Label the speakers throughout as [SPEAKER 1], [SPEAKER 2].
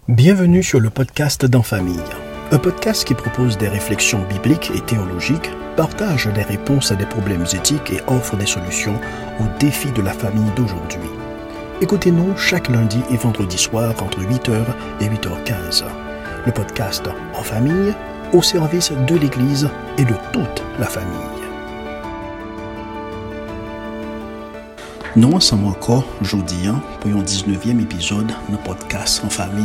[SPEAKER 1] Bienvenue sur le podcast d'En Famille, un podcast qui propose des réflexions bibliques et théologiques, partage des réponses à des problèmes éthiques et offre des solutions aux défis de la famille d'aujourd'hui. Écoutez-nous chaque lundi et vendredi soir entre 8h et 8h15. Le podcast En Famille, au service de l'Église et de toute la famille. Nous ensemble encore aujourd'hui pour un 19e épisode de podcast En Famille.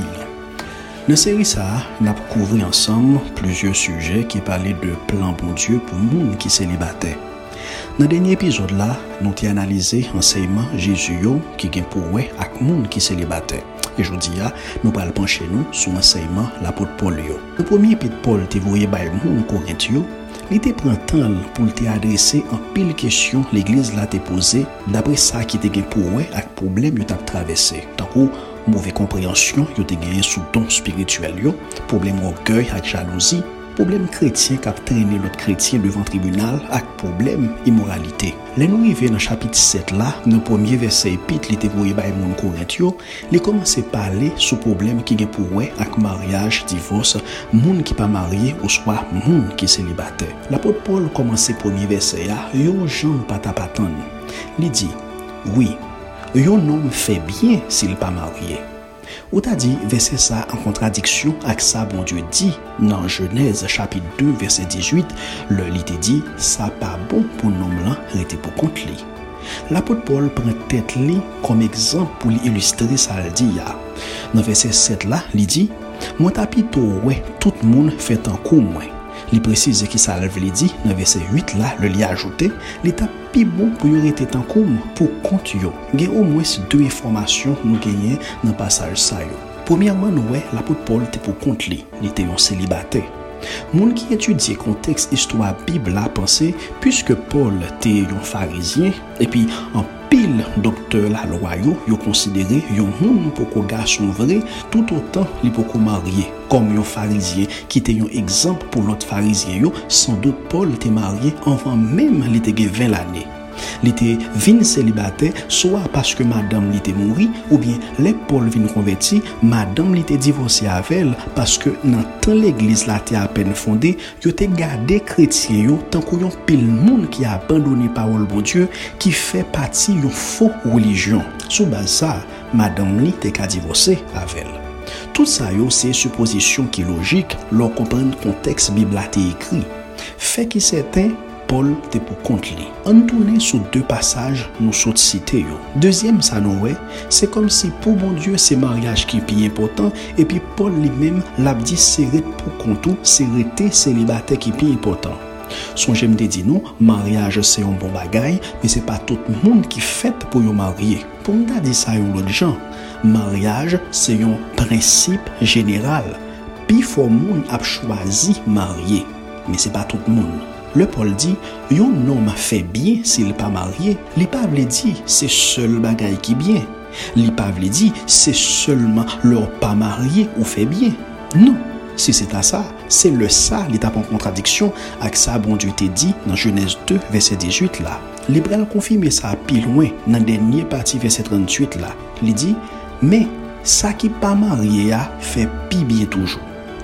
[SPEAKER 1] Dans cette série, nous avons couvert ensemble plusieurs sujets qui parlaient de plan bon Dieu pour le monde qui est célibataire. Dans le dernier épisode, nous avons analysé l'enseignement Jésus qui est pour avec le monde qui est célibataire. Et aujourd'hui, nous allons pencher sur l'enseignement de l'apôtre Paul. Le premier épître Paul te voyé par le monde Corinthien. Il te prend temps pour te adresser en pile question l'église l'a te posé d'après ça qui te gagne pour avec problème que tu as traversé. Tant que mauvaise compréhension, tu te gagné sous don spirituel, problème orgueil avec jalousie, problème chrétien qui a traîné l'autre chrétien devant tribunal avec problème immoralité. Là nous arrivons dans chapitre 7 là, dans le premier verset épître, il était voyé par mon Corinthien, il commence à parler sur problème qui est pour avec mariage, divorce, monde qui pas marié ou soit monde qui est célibataire. L'apôtre Paul commence le premier verset là, yo Jean pas t'attendre. Il dit oui, un homme fait bien s'il pas marié. Ou t'a dit verset ça en contradiction avec ça bon Dieu dit dans Genèse chapitre 2 verset 18, le il te dit ça pas bon pour l'homme là rester pour compte lui. L'apôtre Paul prend tête li comme exemple pour illustrer ça le dit ya. Dans verset 7 là, il dit moi t'a plutôt ouais tout le monde fait en coup moi. Il précise qui ça veut dire dans verset 8 là, le li ajouté, l'état plus bon pour y rester en cours pour compte yo. Il y a au moins deux informations nous gagner dans passage ça yo. Premièrement, nous l'apôtre Paul était pour compte li, il était un célibataire. Moun qui étudie contexte histoire Bible a pensé puisque Paul était un pharisien et puis en pile docteur la loi yo considéré un monde pour qu'un garçon vrai tout autant li pour marié comme un pharisien qui était un exemple pour l'autre pharisien yo sans doute Paul était marié avant même il était 20 années. Il était vin célibataire soit parce que madame était morte ou bien les Paul vin converti madame était divorcée avec elle parce que dans temps l'église là était à peine fondée yo te gardé chrétien yo tant qu'on pile monde qui a abandonné parole bon Dieu qui fait partie d'une faux religion. Sous base ça madame li te ka divorcé avec elle. Tout ça yo c'est supposition qui logique leur comprendre contexte Bible a été écrit. Fait qui certain Paul te pour compte li. On tourne sur deux passages nous saute citer yo. Deuxième ça nous c'est comme si pour bon Dieu c'est mariage qui est plus important et puis Paul lui-même l'a dit c'est pour compte c'est rester célibataire qui est plus important. Son j'aime te dit nous mariage c'est un bon bagage mais c'est pas tout le monde qui fait pour yo marier. Pour me dire ça yo l'autre gens. Mariage c'est un principe général. Puis faut monde a choisi marier mais c'est pas tout le monde. Le Paul dit, un homme fait bien s'il pas marié. Il pas veut dire c'est seul bagaille qui bien. Il pas veut dire c'est seulement leur pas marié ou fait bien. Non, si c'est à ça, c'est le ça il tape en contradiction avec ça bon Dieu te dit dans Genèse 2 verset 18 là. L'Hébreu confirme ça plus loin dans dernière partie verset 38 là. Il dit mais ça qui pas marié a fait pi bien toujours.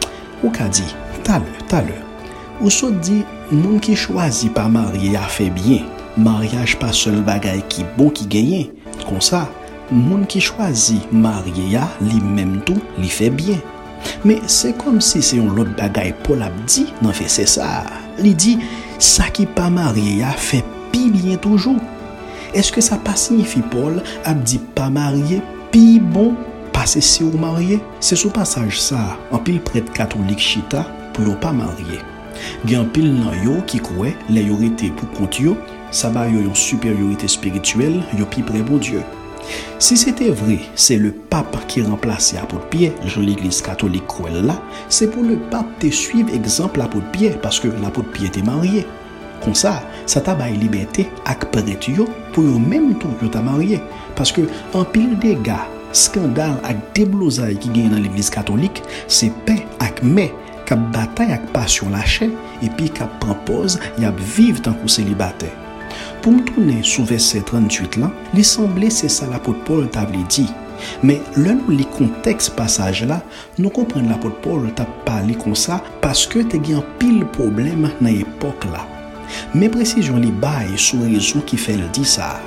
[SPEAKER 1] Ou qu'a dit t'as l'heure. Ou so dit moun qui choisit pas marier a fait bien. Mariage pas seul bagaille qui bon qui gagne. Comme ça, moun qui choisit marier a lui-même tout, lui fait bien. Mais c'est comme si c'est un autre bagaille Paul a dit non fait c'est ça. Il dit ça qui pas marié a fait pi bien toujours. Est-ce que ça pas signifie Paul a dit pas marié pi bon passer si ou marié? C'est sous passage ça en pile prêtre catholique chita pour pas marier. Gen pile nan yo qui croit les yo été pour compte yo ça ba yo une supériorité spirituelle yo pi près bon Dieu. Si c'était vrai, c'est le pape qui remplace l'apôtre Pierre, dans l'église catholique croit là, c'est pour le pape te suivre exemple l'apôtre Pierre parce que l'apôtre Pierre était marié. Comme ça t'a ba liberté ak prêtre yo pour yo même tout yo t'a marié parce que en pile des gars scandale ak déblosaille qui gagne dans l'église catholique, c'est pain ak mais cap bataille avec passion lâché et puis cap prend pause y a vivre tant que célibataire. Pour me tourner sur verset 38 là, il semblait c'est ça l'apôtre Paul t'avait dit Mais là, nous lis contexte passage là, nous comprenons l'apôtre Paul t'a parlé comme ça parce que t'es un pile problème dans l'époque là. Mais précision li bail sous raison qui fait le dit ça.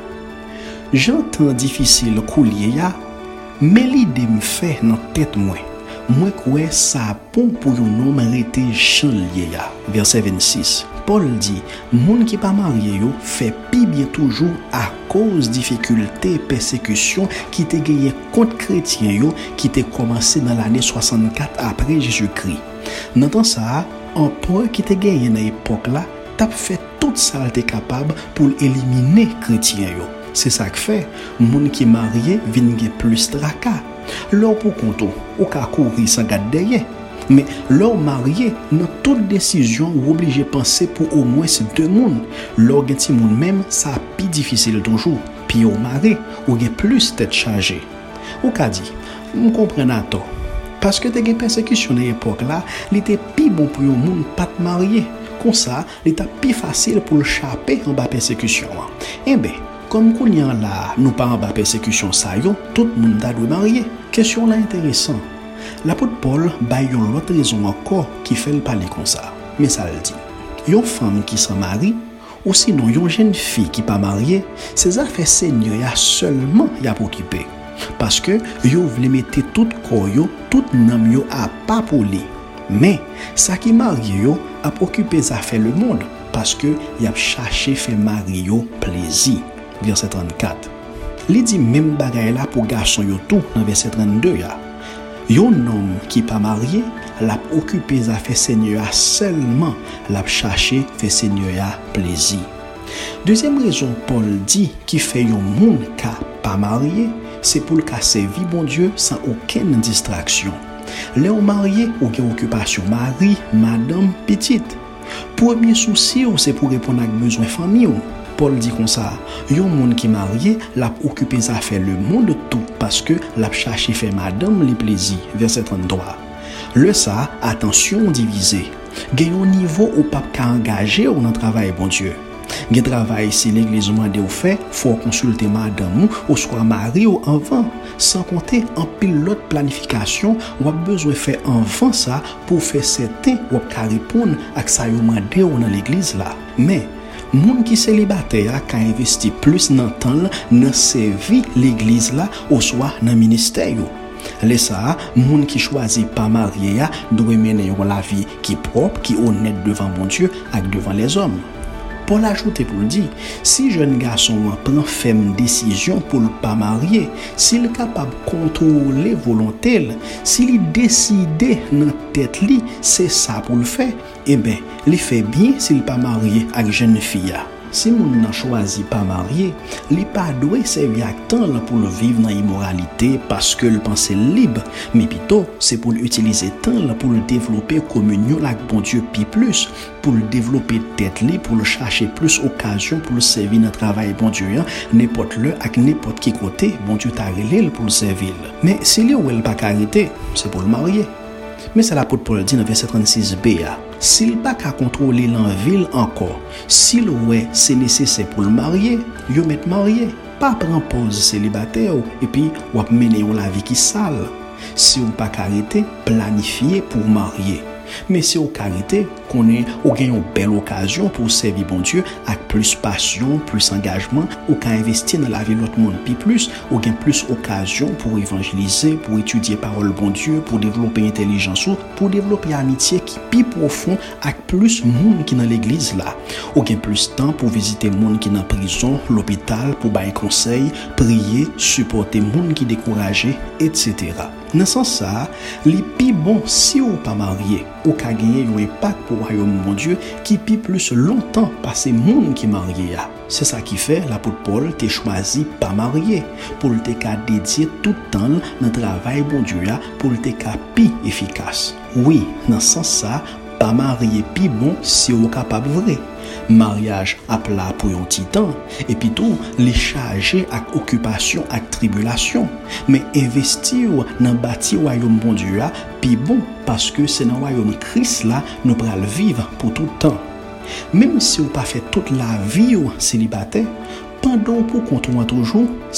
[SPEAKER 1] J'entends difficile coulier ya, mais l'idée me fait dans tête moi. Moi quoi ça bon pour un homme arrêter Jean lié ya. Verset 26. Paul dit, moun qui pas marié yo fait pi bien toujours à cause difficulté persécution qui te gagné contre chrétien yo qui te commencé dans l'année 64 après Jésus-Christ. Dans temps ça, un point qui te gagné dans l'époque là, t'a fait tout ça t'es capable pour éliminer chrétien yo. C'est ça que fait, moun qui marié vinn gen plus tracas. Leur pour compte ou ka courir sans garde derrière. Mais leur marié, dans toute décision, ou obligé de penser pour au moins ces deux mondes. Leur gen ti moun même, ça plus difficile toujours. Puis au mari, ou gen plus tête chargée. Ou ka dit, on comprend à tort. Parce que te gen persécution à l'époque là, il était plus bon pour un monde pas te marier. Comme ça, il était plus facile pour le chaper en bas persécution. Eh bien, comme qu'on y a là, nous pas en bas persécution ça yo, tout le monde doit marier. Question là intéressante. L'apôtre Paul ba yon l'autre raison encore qui fait le parler comme ça. Mais ça le dit. Yon femme qui se marie ou sinon yon jeune fille qui pas mariée, ces affaires Seigneur y a seulement y a occupé. Parce que yo vle mettre tout corps yo, tout nam yo à pas pour lui. Mais ça qui marie yo a occupé les affaires le monde parce que y a cherché faire marier yo plaisir. Verset 34. Li dit même bagay là pour garçon yo tout dans verset 32 ya. Yon homme qui pas marié, l'a occupé les affaires Seigneur seulement, l'a cherché fait Seigneur plaisir. Deuxième raison Paul dit qui fait yon monde qui pas marié, c'est pour le cas servir bon Dieu sans aucune distraction. Les mariés ou gen occupation mari, madame, petite. Premier souci c'est pour répondre à besoin famille. Paul dit comme ça, yon monde qui marié l'a occupé les affaires le monde tout parce que l'a cherché fait madame les plaisirs. Verset 33. Le ça, attention divisé. Gen yon niveau ou pas ka engagé ou dans travail bon Dieu. Gen travail si l'église mande ou fait, faut consulter madame ou soit mari ou avant. Sans compter en pilote planification, ou a besoin faire avant ça pour faire certain ou ka répondre à ça yo mande ou dans l'église là. Mais moun qui célibataire a investi plus dans temps dans servir l'église là ou soit dans ministère yo. Les ça, moun qui choisit pas marié doit mener la vie qui propre, qui honnête devant bon Dieu et devant les hommes. Paul ajoute pour dire, si jeune garçon prend ferme décision pour ne pas marier, s'il est capable de contrôler volonté, s'il décide dans tête li, c'est ça pour le faire, eh bien, il fait bien s'il pas marié avec jeune fille. Si moun n'a choisi pas marié, li pas doit servir à temps pour le vivre dans immoralité parce que le pense libre, mais plutôt c'est pour utiliser temps pour le développer communion avec bon Dieu puis plus, pour le développer tête li, pour le chercher plus occasion pour le servir dans travail bon Dieu, n'importe le avec n'importe qui côté bon Dieu t'a relé pour le servir. Mais si li ou elle pas arrêter, c'est pour le marier. Mais c'est l'apôtre Paul dit dans verset 36b. S'il pas qu'à contrôler l'envie encore, s'il ouais c'est nécessaire pour le marier, yo met marié. Pas prendre pause célibataire et puis ou mener la vie qui sale. Si on pas arrêter, planifier pour marier. Mais si on arrêter, qu'on est ou gagne une belle occasion pour servir bon Dieu avec plus passion, plus engagement, ou qu'à investir dans la vie de l'autre monde puis plus, ou gagne plus occasion pour évangéliser, pour étudier parole bon Dieu, pour développer intelligence ou pour développer amitié qui plus profond avec plus monde qui dans l'église là. Ou gagne plus temps pour visiter monde qui dans prison, l'hôpital pour bailler conseil, prier, supporter monde qui découragé, etc. Dans ce sens ça, les plus bon si ou pas marié, ou qu'a gagné un impact pour le royaume bon Dieu qui pi plus longtemps passer monde qui marié. C'est ça qui fait l'apôtre Paul t'a choisi pas marié pour le cas dédier tout le temps dans travail bon Dieu pour le cas pi efficace. Oui, dans ce sens ça, pas marié pi bon si ou capable vrai. Mariage à plat pour un petit temps et puis tout les charger avec occupation avec tribulation mais investir dans bâtir royaume bon Dieu puis bon parce que c'est dans royaume Christ là nous pral vivre pour tout le temps. Même si on pas fait toute la vie célibataire pendant pour qu'on toujours c'est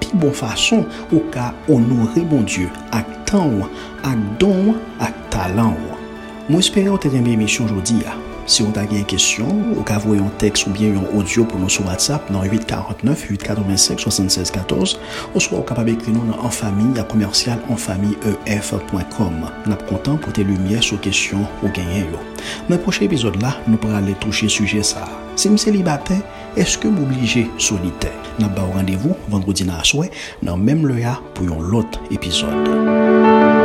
[SPEAKER 1] pi bon façon ou ka honorer bon Dieu ak temps, ak don, ak talent. Moi espère ou te aimé émission aujourd'hui. Si vous avez une question, vous pouvez envoyer un texte ou bien un audio pour nous sur WhatsApp dans 849 885 76 14 ou soit vous pouvez écrire nous dans enfamille@enfamilleef.com. Nous sommes contents pour tes lumières sur questions ou gagner. Dans le prochain épisode là, nous pourrons aller toucher sujet ça. Si vous êtes célibataire, est-ce que vous obligé solitaire? Nous avons rendez-vous vendredi dans la soirée dans même le pour un autre épisode.